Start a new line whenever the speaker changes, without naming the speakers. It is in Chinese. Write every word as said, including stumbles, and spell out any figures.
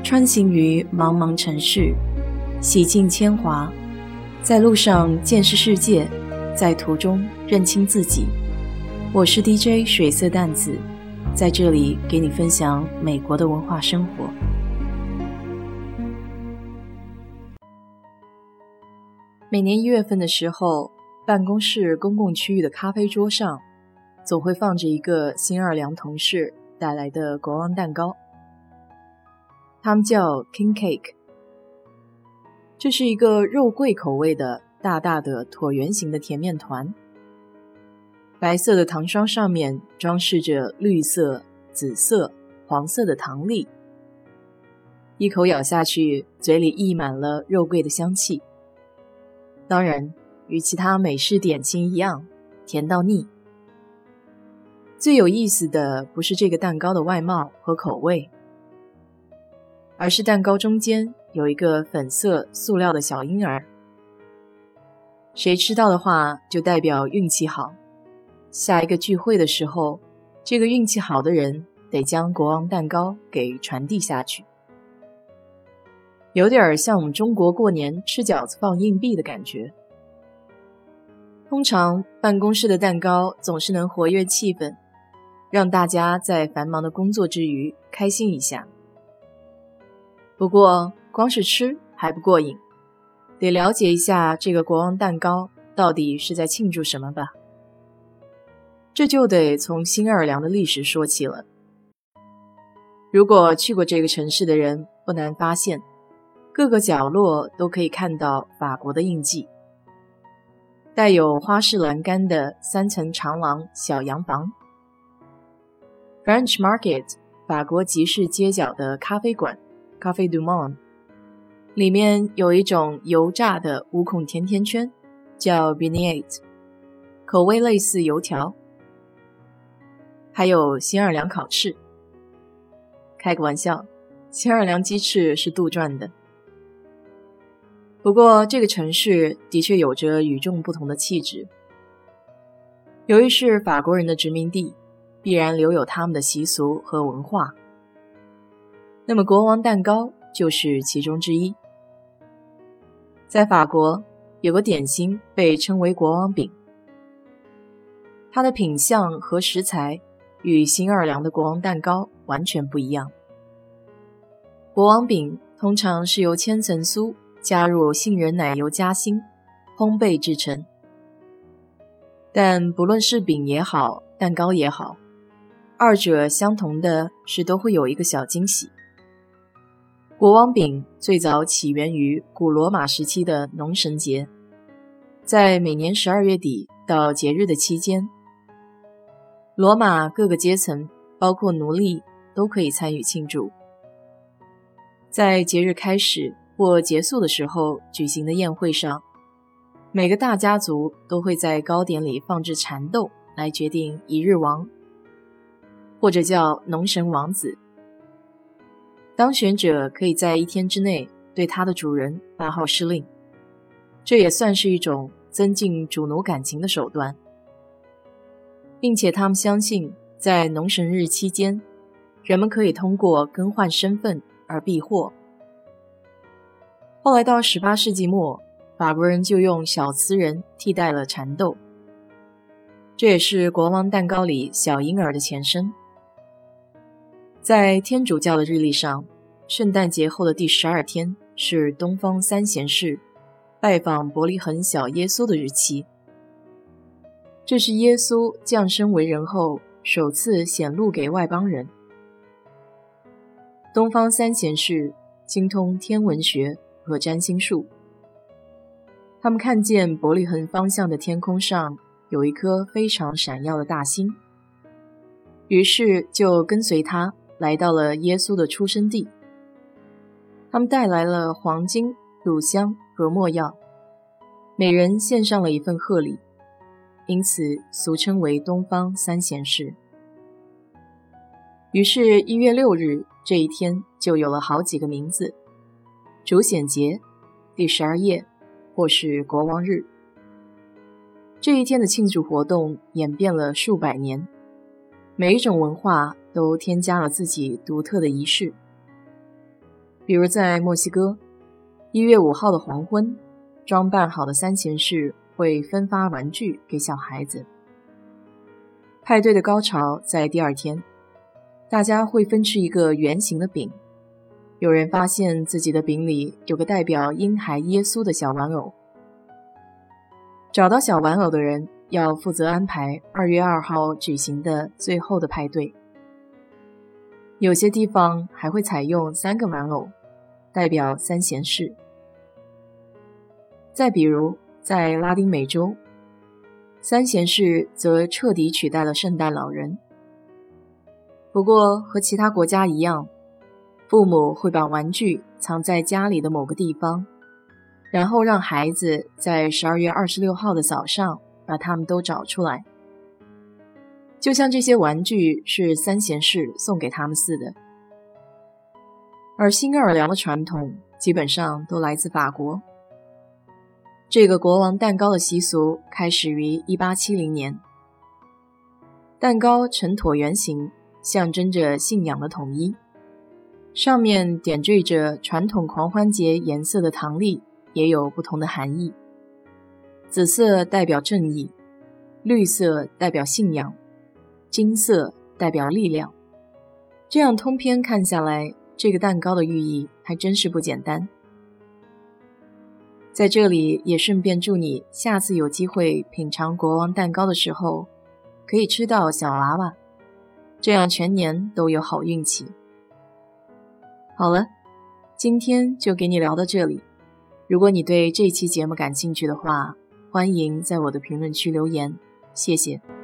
穿行于茫茫城市，洗尽铅华，在路上见识世界，在途中认清自己。我是 D J 水色淡子，在这里给你分享美国的文化生活。每年一月份的时候，办公室公共区域的咖啡桌上总会放着一个新奥尔良同事带来的国王蛋糕，他们叫 King Cake。 这是一个肉桂口味的大大的椭圆形的甜面团，白色的糖霜上面装饰着绿色、紫色、黄色的糖粒，一口咬下去，嘴里溢满了肉桂的香气。当然，与其他美式点心一样，甜到腻。最有意思的不是这个蛋糕的外貌和口味，而是蛋糕中间有一个粉色塑料的小婴儿。谁吃到的话，就代表运气好。下一个聚会的时候，这个运气好的人得将国王蛋糕给传递下去。有点像我们中国过年吃饺子放硬币的感觉。通常办公室的蛋糕总是能活跃气氛，让大家在繁忙的工作之余开心一下。不过光是吃还不过瘾，得了解一下这个国王蛋糕到底是在庆祝什么吧。这就得从新奥尔良的历史说起了。如果去过这个城市的人，不难发现各个角落都可以看到法国的印记。带有花式栏杆的三层长廊小洋房， French Market 法国集市街角的咖啡馆 Café du Monde， 里面有一种油炸的无孔甜甜圈叫 Beignet， 口味类似油条。还有新奥尔良烤翅，开个玩笑，新奥尔良鸡翅是杜撰的。不过这个城市的确有着与众不同的气质。由于是法国人的殖民地，必然留有他们的习俗和文化。那么国王蛋糕就是其中之一。在法国有个点心被称为国王饼，它的品相和食材与新奥尔良的国王蛋糕完全不一样。国王饼通常是由千层酥加入杏仁奶油夹心烘焙制成，但不论是饼也好，蛋糕也好，二者相同的是都会有一个小惊喜。国王饼最早起源于古罗马时期的农神节，在每年十二月底到节日的期间，罗马各个阶层包括奴隶都可以参与庆祝。在节日开始或结束的时候举行的宴会上，每个大家族都会在糕点里放置蚕豆来决定一日王，或者叫农神王子。当选者可以在一天之内对他的主人发号施令，这也算是一种增进主奴感情的手段，并且他们相信在农神日期间，人们可以通过更换身份而避祸。后来到十八世纪末，法国人就用小瓷人替代了蚕豆，这也是国王蛋糕里小婴儿的前身。在天主教的日历上，圣诞节后的第十二天是东方三贤士拜访伯利恒小耶稣的日期，这是耶稣降生为人后首次显露给外邦人。东方三贤士精通天文学和占星术，他们看见伯利恒方向的天空上有一颗非常闪耀的大星，于是就跟随他来到了耶稣的出生地。他们带来了黄金、乳香和没药，每人献上了一份贺礼，因此俗称为东方三贤士。于是一月六日这一天就有了好几个名字：主显节、第十二夜，或是国王日。这一天的庆祝活动演变了数百年，每一种文化都添加了自己独特的仪式。 比如在墨西哥，一月五号的黄昏，装扮好的三贤士会分发玩具给小孩子。派对的高潮在第二天，大家会分吃一个圆形的饼，有人发现自己的饼里有个代表婴孩耶稣的小玩偶。找到小玩偶的人要负责安排二月二号举行的最后的派对。有些地方还会采用三个玩偶，代表三贤士。再比如在拉丁美洲，三贤士则彻底取代了圣诞老人。不过和其他国家一样，父母会把玩具藏在家里的某个地方，然后让孩子在十二月二十六号的早上把它们都找出来，就像这些玩具是三贤士送给他们似的。而新奥尔良的传统基本上都来自法国。这个国王蛋糕的习俗开始于一八七零年。蛋糕呈椭圆形，象征着信仰的统一，上面点缀着传统狂欢节颜色的糖粒也有不同的含义。紫色代表正义，绿色代表信仰，金色代表力量。这样通篇看下来，这个蛋糕的寓意还真是不简单。在这里也顺便祝你下次有机会品尝国王蛋糕的时候，可以吃到小娃娃，这样全年都有好运气。好了，今天就给你聊到这里。如果你对这期节目感兴趣的话，欢迎在我的评论区留言，谢谢。